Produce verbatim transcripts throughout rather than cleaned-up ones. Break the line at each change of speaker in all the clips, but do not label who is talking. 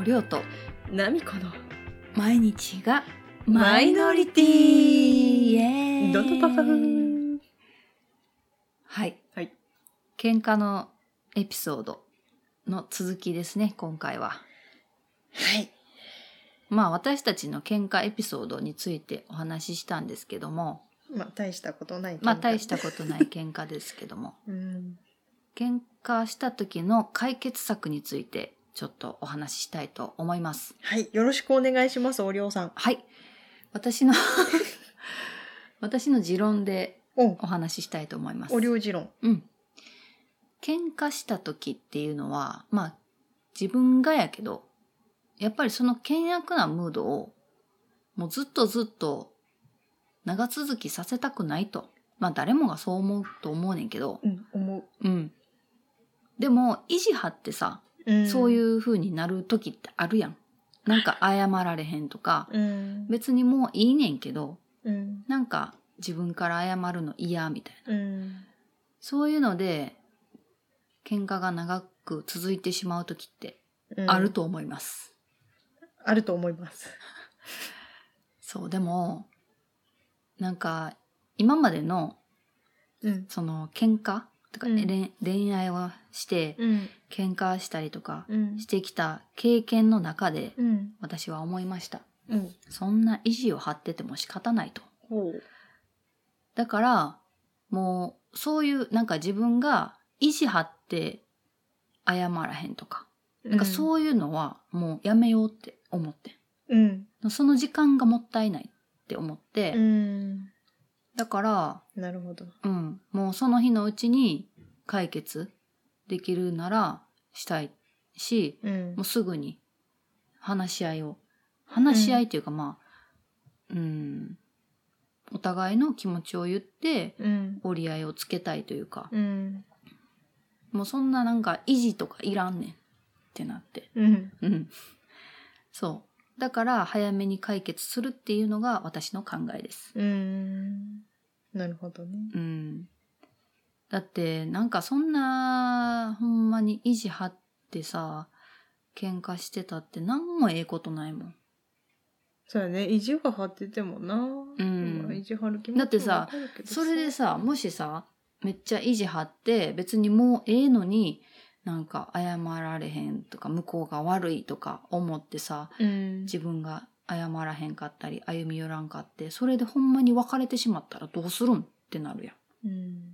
おりょうと
なみこの
毎日がマイノリティイエーイ
ドドドドン。
はい、
はい、
喧嘩のエピソードの続きですね。今回は
はい、
まあ私たちの喧嘩エピソードについてお話ししたんですけども、
まあ大したことない喧嘩
まあ大したことない喧嘩ですけども
うん
喧嘩した時の解決策についてちょっとお話ししたいと思います。
はい、よろしくお願いします。おりょうさん。
はい、私の私の持論でお話ししたいと思います。
おりょう持論。
うん。喧嘩した時っていうのは、まあ自分がやけど、やっぱりその険悪なムードをもうずっとずっと長続きさせたくないと。まあ誰もがそう思うと思うねんけど。
うん、思う。
うん。でも意地張ってさ、うん、そういう風になる時ってあるやん。なんか謝られへんとか、うん、別にもういいねんけど、うん、なんか自分から謝るの嫌みたいな、うん。そういうので喧嘩が長く続いてしまう時ってあると思います。
うん、あると思います。
そう、でも、なんか今までの、うん、その喧嘩とか、うん、恋愛をして、うん、喧嘩したりとかしてきた経験の中で、うん、私は思いました、うん、そんな意地を張ってても仕方ないと。だからもうそういうなんか自分が意地張って謝らへんとか、うん、なんかそういうのはもうやめようって思って、うん、その時間がもったいないって思って、うん、だから
なるほど、
うん、もうその日のうちに解決できるならしたいし、うん、もうすぐに話し合いを話し合いっていうか、うん、まあ、うん、お互いの気持ちを言って、うん、折り合いをつけたいというか、うん、もうそんななんか意地とかいらんねんってなって、うんうん、そうだから早めに解決するっていうのが私の考えです。
うーん、なるほどね。
うん。だってなんかそんなほんまに意地張ってさ喧嘩してたって何もええことないもん。
そうやね、意地が張っててもな、うん、意地張る気持ちも
だってさ、それでさ、もしさめっちゃ意地張って別にもうええのになんか謝られへんとか向こうが悪いとか思ってさ、うん、自分が謝らへんかったり歩み寄らんかってそれでほんまに別れてしまったらどうするんってなるやん。
うん、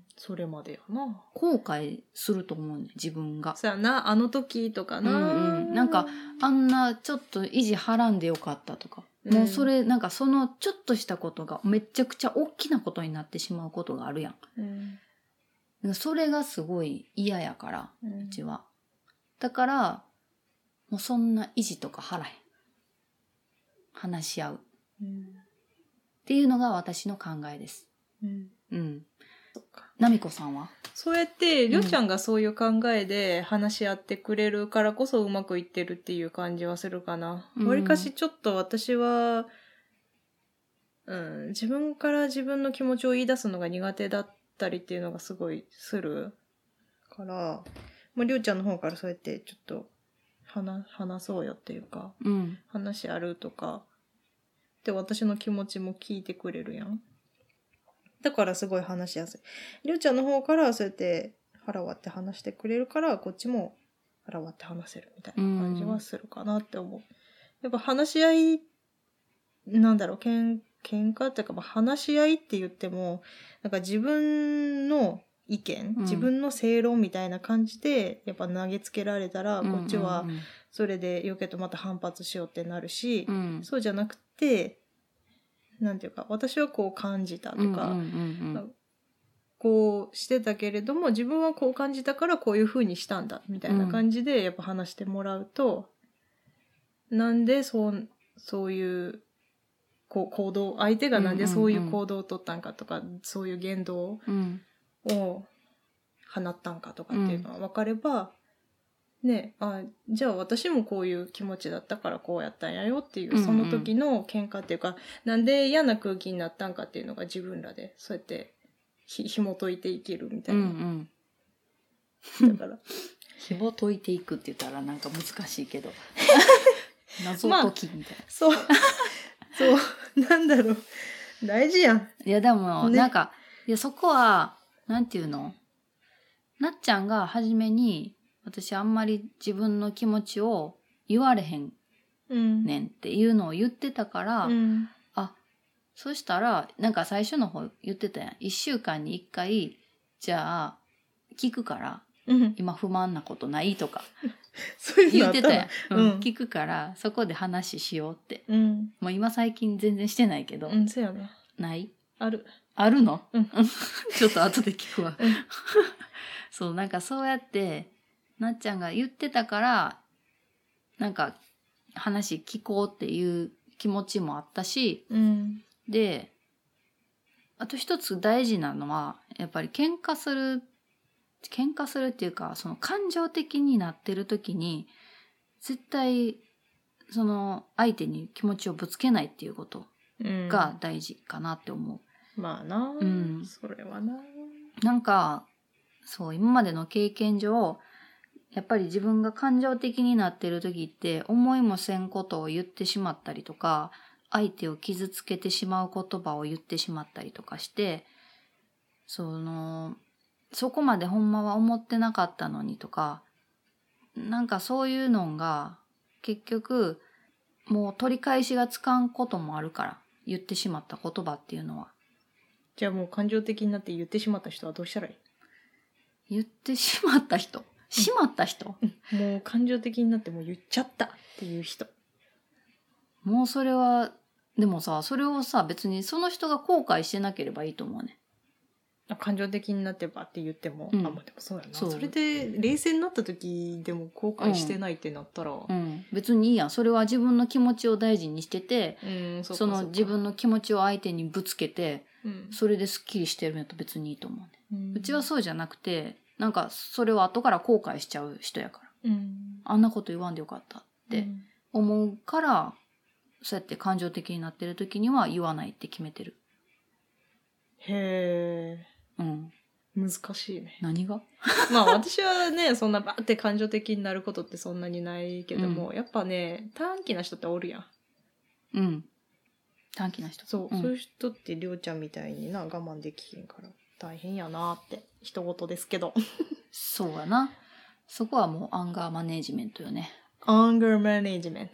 それまでやな。
後悔すると思うね、自分が。
そうやな、あの時とかな、うん
うん、なんかあんなちょっと意地張らんでよかったとか、うん、もうそれなんかそのちょっとしたことがめちゃくちゃ大きなことになってしまうことがあるやん、うん、それがすごい嫌やから、うん、うちはだからもうそんな意地とか張らへん、話し合う、うん、っていうのが私の考えです。うん、うんなみこさんは
そうやってりょうちゃんがそういう考えで話し合ってくれるからこそうまくいってるっていう感じはするかな。わり、うん、かしちょっと私は、うん、自分から自分の気持ちを言い出すのが苦手だったりっていうのがすごいするから、まあ、りょうちゃんの方からそうやってちょっと話、話そうよっていうか、うん、話あるとかで私の気持ちも聞いてくれるやん。だからすごい話しやすい。りょうちゃんの方からそうやって腹割って話してくれるからこっちも腹割って話せるみたいな感じはするかなって思う。やっぱ話し合いなんだろう、けん喧嘩っていうか、まあ、話し合いって言ってもなんか自分の意見、うん、自分の正論みたいな感じでやっぱ投げつけられたら、うんうんうん、こっちはそれで余計とまた反発しようってなるし、うん、そうじゃなくてなんていうか私はこう感じたとか、うんうんうんうん、こうしてたけれども自分はこう感じたからこういう風にしたんだみたいな感じでやっぱ話してもらうと、うん、なんでそうそういうこう行動相手がなんでそういう行動を取ったんかとか、うんうんうん、そういう言動を放ったんかとかっていうのは分かれば、ね、あじゃあ私もこういう気持ちだったからこうやったんやよっていう、うんうん、その時の喧嘩っていうかなんで嫌な空気になったんかっていうのが自分らでそうやってひ紐解いていけるみたいな、うんうん、だから
紐解いていくって言ったらなんか難しいけど謎解きみたいな、まあ、
そうそうなんだろう大事やん。
いやでも、ね、なんかいやそこはなんていうの、なっちゃんが初めに私あんまり自分の気持ちを言われへんねんっていうのを言ってたから、うん、あそしたらなんか最初の方言ってたやん、いっしゅうかんにいっかいじゃあ聞くから、うん、今不満なことないとかそういう言ってたやん、うん、聞くからそこで話しようって、うん、もう今最近全然してないけど、
うん、そうやね、
ない
ある
あるの、
うん、
ちょっと後で聞くわ、うん、そうなんかそうやってなっちゃんが言ってたからなんか話聞こうっていう気持ちもあったし、うん、であと一つ大事なのはやっぱり喧嘩する喧嘩するっていうかその感情的になってる時に絶対その相手に気持ちをぶつけないっていうことが大事かなって思う、
うん、まあな、うん、それはな、
なんかそう今までの経験上やっぱり自分が感情的になってる時って思いもせんことを言ってしまったりとか相手を傷つけてしまう言葉を言ってしまったりとかしてそのそこまでほんまは思ってなかったのにとかなんかそういうのが結局もう取り返しがつかんこともあるから言ってしまった言葉っていうのは。
じゃあもう感情的になって言ってしまった人はどうしたらいい？
言ってしまった人しまった人、
うん、もう感情的になってもう言っちゃったっていう人。
もうそれはでもさそれをさ別にその人が後悔してなければいいと思うね。
感情的になってばって言っても、うん、あ、まあ、でもそうやな。そ, それで冷静になった時でも後悔してないってなったら、
うんうん、別にいいやん。それは自分の気持ちを大事にしてて、うん、そ, その自分の気持ちを相手にぶつけて、うん、それですっきりしてるんやと別にいいと思うね、うん、うちはそうじゃなくてなんかそれを後から後悔しちゃう人やから、うん、あんなこと言わんでよかったって思うから、うん、そうやって感情的になってる時には言わないって決めてる。
へー、うん、難しいね。
何が
まあ私はねそんなバーって感情的になることってそんなにないけども、うん、やっぱね短気な人っておるやん。
うん短気な人
そう、うん、そういう人ってりょうちゃんみたいにな我慢できへんから大変やなって一言ですけど
そうやな。そこはもうアンガーマネージメントよね。
アンガーマネージメント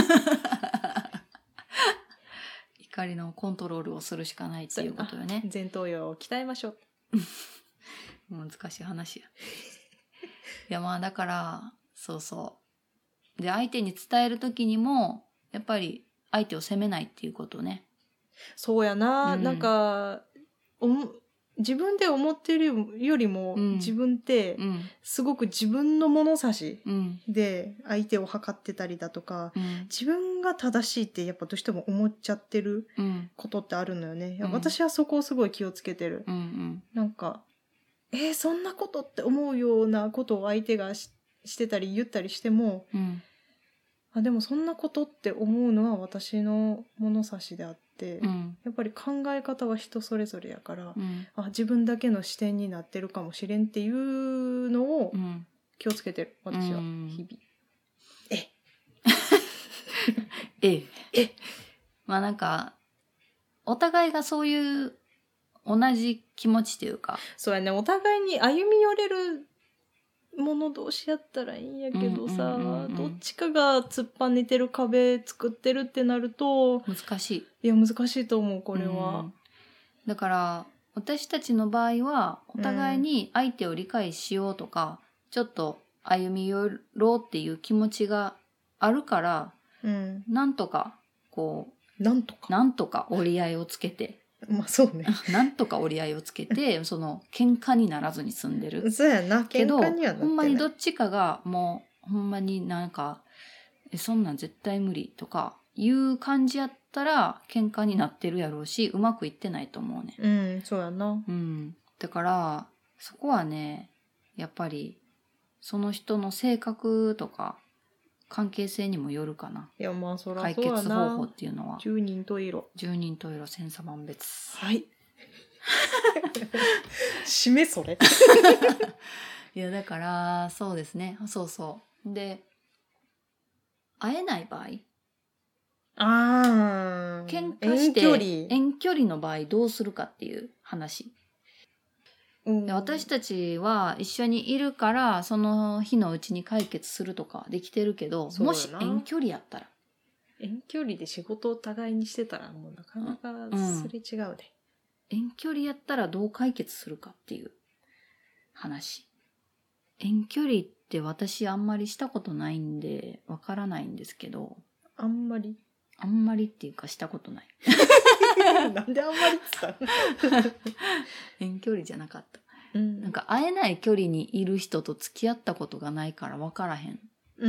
怒りのコントロールをするしかないっていうことよね。
前頭葉を鍛えましょう
難しい話やいやまあだからそうそうで相手に伝える時にもやっぱり相手を責めないっていうことね。
そうやな、うん、なんかおも自分で思ってるよりも、うん、自分ってすごく自分の物差しで相手を測ってたりだとか、うん、自分が正しいってやっぱどうしても思っちゃってることってあるのよね、うん、私はそこをすごい気をつけてる、うんうん、なんかえー、そんなことって思うようなことを相手が し, してたり言ったりしても、うん、あでもそんなことって思うのは私の物差しであって、うん、やっぱり考え方は人それぞれやから、うん、あ自分だけの視点になってるかもしれんっていうのを気をつけてる、私は日々。え
ええまあなんかお互いがそういう同じ気持ちというか
そうやねお互いに歩み寄れるもの同士やったらいいんやけどさ、うんうんうんうん、どっちかが突っぱねてる壁作ってるってなると
難しい。
いや難しいと思うこれは、うん、
だから私たちの場合はお互いに相手を理解しようとか、うん、ちょっと歩み寄ろうっていう気持ちがあるから、うん、なんとかこ
うなんとか
なんとか折り合いをつけて
まあそうね。
なんとか折り合いをつけて、その喧嘩にならずに済んでる。
そうやな、喧嘩にはなってない。
けど、ほんまにどっちかがもう、ほんまになんか、え、そんなん絶対無理とかいう感じやったら、喧嘩になってるやろうし、うまくいってないと思うね。
うん、そうやな。
うん。だから、そこはね、やっぱり、その人の性格とか、関係性にもよるかな。
いやまあそら
そうやな。解決方法っていうのは
十人十色
十人十色千差万別。
はい締めそれ
いやだからそうですねそうそうで会えない場合
ああ。
喧嘩して
遠距離。
遠距離の場合どうするかっていう話。
うん、
で私たちは一緒にいるからその日のうちに解決するとかできてるけど、もし遠距離やったら
遠距離で仕事を互いにしてたらもうなかなかすれ違うで、うん、
遠距離やったらどう解決するかっていう話。遠距離って私あんまりしたことないんでわからないんですけど。
あんまり
あんまりっていうかしたことない。
なんであんまりって言った
遠距離じゃなかった、
うん、
なんか会えない距離にいる人と付き合ったことがないから分からへん。
うん。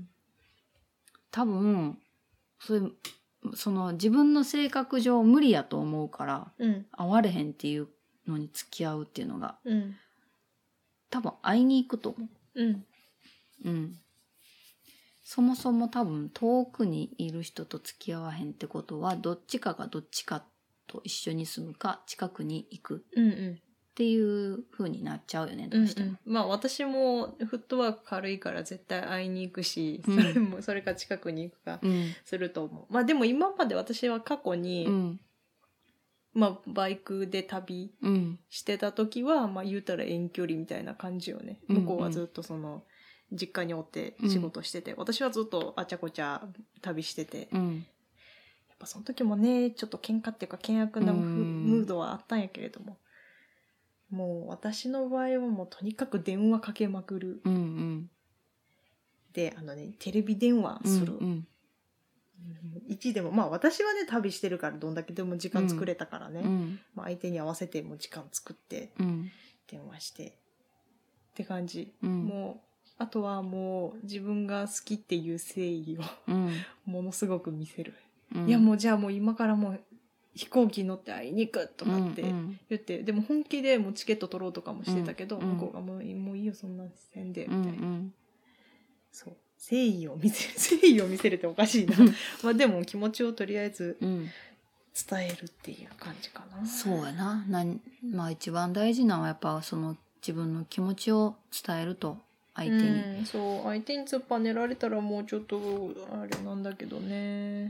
多分それその自分の性格上無理やと思うから、うん、会われへんっていうのに付き合うっていうのが、うん、多分会いに行くと思う。うんうん。そもそも多分遠くにいる人と付き合わへんってことはどっちかがどっちかと一緒に住むか近くに行くっていう風になっちゃうよね、どうしても。
うんうん、まあ私もフットワーク軽いから絶対会いに行くし、うん、それもそれか近くに行くかすると思う。うん、まあでも今まで私は過去に、うん、まあバイクで旅してた時は、うん、まあ言うたら遠距離みたいな感じよね。向こうはずっとその、実家におって仕事してて、うん、私はずっとあちゃこちゃ旅してて、うん、やっぱその時もねちょっと喧嘩っていうか険悪なムードはあったんやけれども、もう私の場合はもうとにかく電話かけまくる、うんうん、であのねテレビ電話する、うんうん、いちでもまあ私はね旅してるからどんだけでも時間作れたからね、うん、まあ、相手に合わせても時間作って電話して、うん、って感じ、うん、もうあとはもう自分が好きっていう誠意を、うん、ものすごく見せる、うん、いやもうじゃあもう今からもう飛行機乗って会いに行くとかって言って、うんうん、でも本気でもうチケット取ろうとかもしてたけど、うん、向こうがもう、もういいよそんなせんでみたいな、うんうん、そう誠意を見せる誠意を見せるっておかしいなまあでも気持ちをとりあえず伝えるっていう感じかな、うん、
そうやな、な、まあ一番大事なのはやっぱその自分の気持ちを伝えると相手に、
うん、そう相手に突っぱねられたらもうちょっとあれなんだけどね、
うん、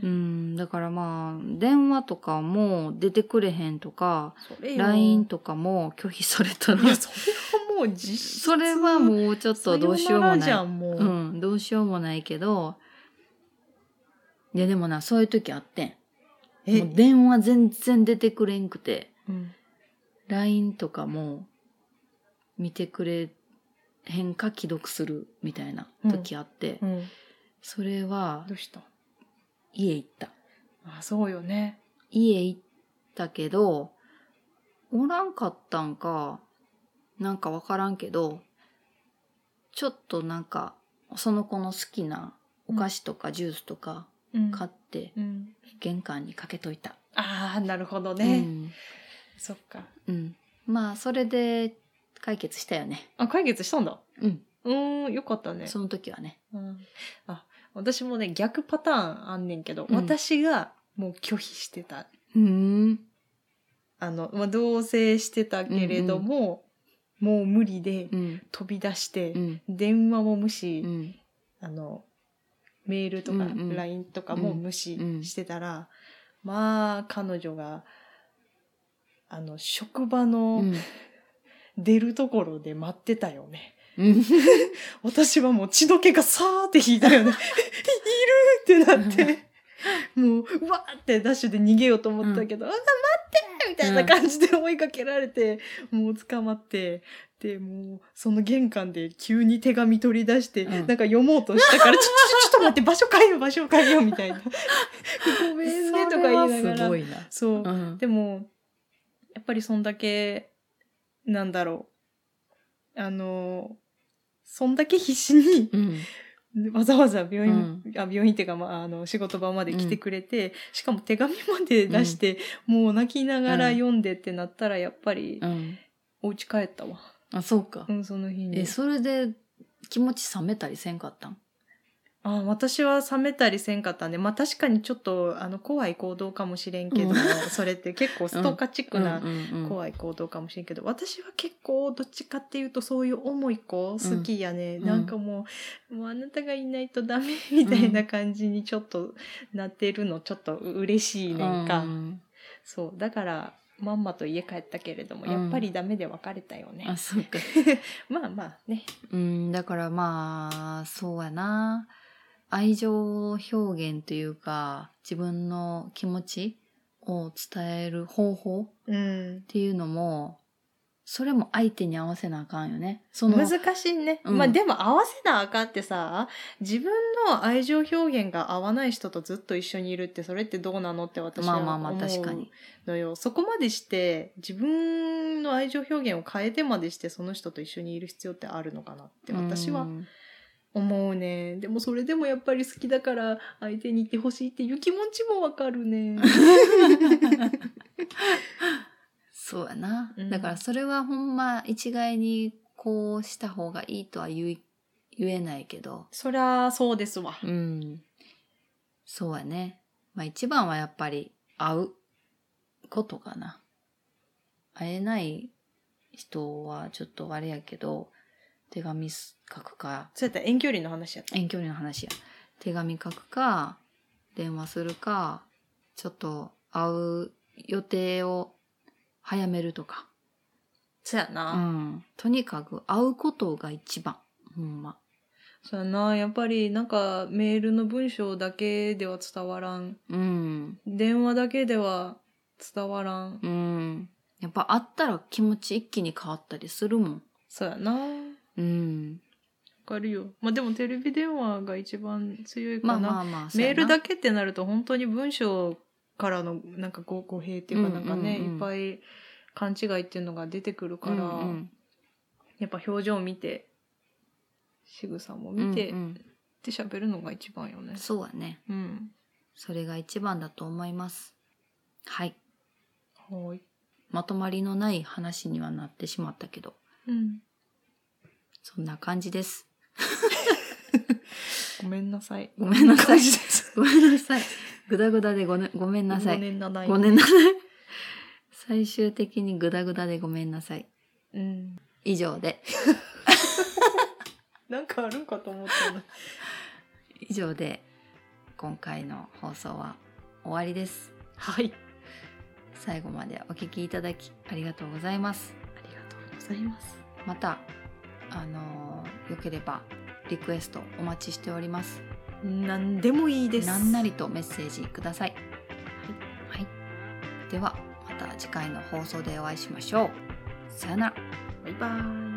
だからまあ電話とかも出てくれへんとか ライン とかも拒否されたら、
いやそれはもう実質
それはもうちょっとどうしようもない、うん、どうしようもないけど、いやでもなそういう時あってん、えもう電話全然出てくれんくて、うん、ライン とかも見てくれ変化既読するみたいな時あって、うんうん、それは
どうした？
家行った。
あ、そうよね。
家行ったけどおらんかったんかなんかわからんけど、ちょっとなんかその子の好きなお菓子とかジュースとか買って、うんうん、玄関にかけといた。
ああ、なるほどね、うん、そっか、
うん、まあそれで解決したよね。
あ、解決したんだ。
うん。
うーん、よかったね。
その時はね。
うん。あ、私もね、逆パターンあんねんけど、うん、私がもう拒否してた。うん。あの、まあ、同棲してたけれども、うんうん、もう無理で飛び出して、うん、電話も無視、うん、あの、メールとか ライン とかも無視してたら、うんうん、まあ、彼女が、あの、職場の、うん出るところで待ってたよね。私はもう血の気がさーって引いたよね。いるってなって、もう、うわーってダッシュで逃げようと思ったけど、うん、あ、待ってみたいな感じで追いかけられて、うん、もう捕まって、で、もう、その玄関で急に手紙取り出して、うん、なんか読もうとしたから、ちょ、ちょ、ちょっと待って、場所変えよう、場所変えよう、みたいな。ごめんね、とか言いながら。すごいな。そう。うん、でも、やっぱりそんだけ、なんだろう。あの、そんだけ必死に、うん、わざわざ病院、うん、あ病院っていうか、まあ、あの、仕事場まで来てくれて、うん、しかも手紙まで出して、うん、もう泣きながら読んでってなったら、やっぱり、うん、お家帰ったわ。
あ、そうか。
うん、その日に。
え、それで気持ち冷めたりせんかったん？
あ、私は冷めたりせんかったんで、まあ確かにちょっとあの怖い行動かもしれんけど、うん、それって結構ストーカーチックな怖い行動かもしれんけど、私は結構どっちかっていうとそういう重い子好きやね、うん、なんかもう、もうあなたがいないとダメみたいな感じにちょっとなってるのちょっと嬉しいねんか、うん、そうだからまんまと家帰ったけれども、うん、やっぱりダメで別れたよね。
あ、そうか。
まあまあね。
うん、だからまあそうやな。愛情表現というか自分の気持ちを伝える方法っていうのも、うん、それも相手に合わせなあかんよね。
その難しいね、うん、まあでも合わせなあかんってさ、自分の愛情表現が合わない人とずっと一緒にいるってそれってどうなのって私は思うのよ。まあまあまあ確かに。そこまでして自分の愛情表現を変えてまでしてその人と一緒にいる必要ってあるのかなって私は思うね。でもそれでもやっぱり好きだから相手にいてほしいっていう気持ちもわかるね。
そうやな、うん。だからそれはほんま一概にこうした方がいいとは言い、言えないけど。
そりゃそうですわ。
うん。そうやね。まあ一番はやっぱり会うことかな。会えない人はちょっとあれやけど、手紙書くか。
そうやったら遠距離の話やった。
遠距離の話や。手紙書くか、電話するか、ちょっと会う予定を早めるとか。
そうやな。
うん。とにかく会うことが一番。ほんま。
そうやな。やっぱりなんかメールの文章だけでは伝わらん。うん。電話だけでは伝わらん。
うん。やっぱ会ったら気持ち一気に変わったりするもん。
そうやな。うん。わかるよ。まあでもテレビ電話が一番強いかな。まあまあまあ。メールだけってなると本当に文章からのなんかご語弊っていうかなんかね、うんうんうん、いっぱい勘違いっていうのが出てくるから、うんうん、やっぱ表情を見て仕草も見て、うんうん、って喋るのが一番よね。
そうやね。うん。それが一番だと思います。はい。はい。まとまりのない話にはなってしまったけど、うん、そんな感じです。
ごめんなさい。
ごめんなさい。ごめんなさい。ぐだぐだでご、ね、ごめんなさい。ごめんなさい。ごめんなさい。最終的にぐだぐだでごめんなさい。うん。以上で。
なんかあるんかと思ったの。
以上で今回の放送は終わりです。
はい。
最後までお聞きいただきありがとうございます。
ありがとうございます。
またあのー、よければリクエストお待ちしております。
何でもいいです。
何なりとメッセージください。はい。はい、ではまた次回の放送でお会いしましょう。さよなら。
バイバーイ。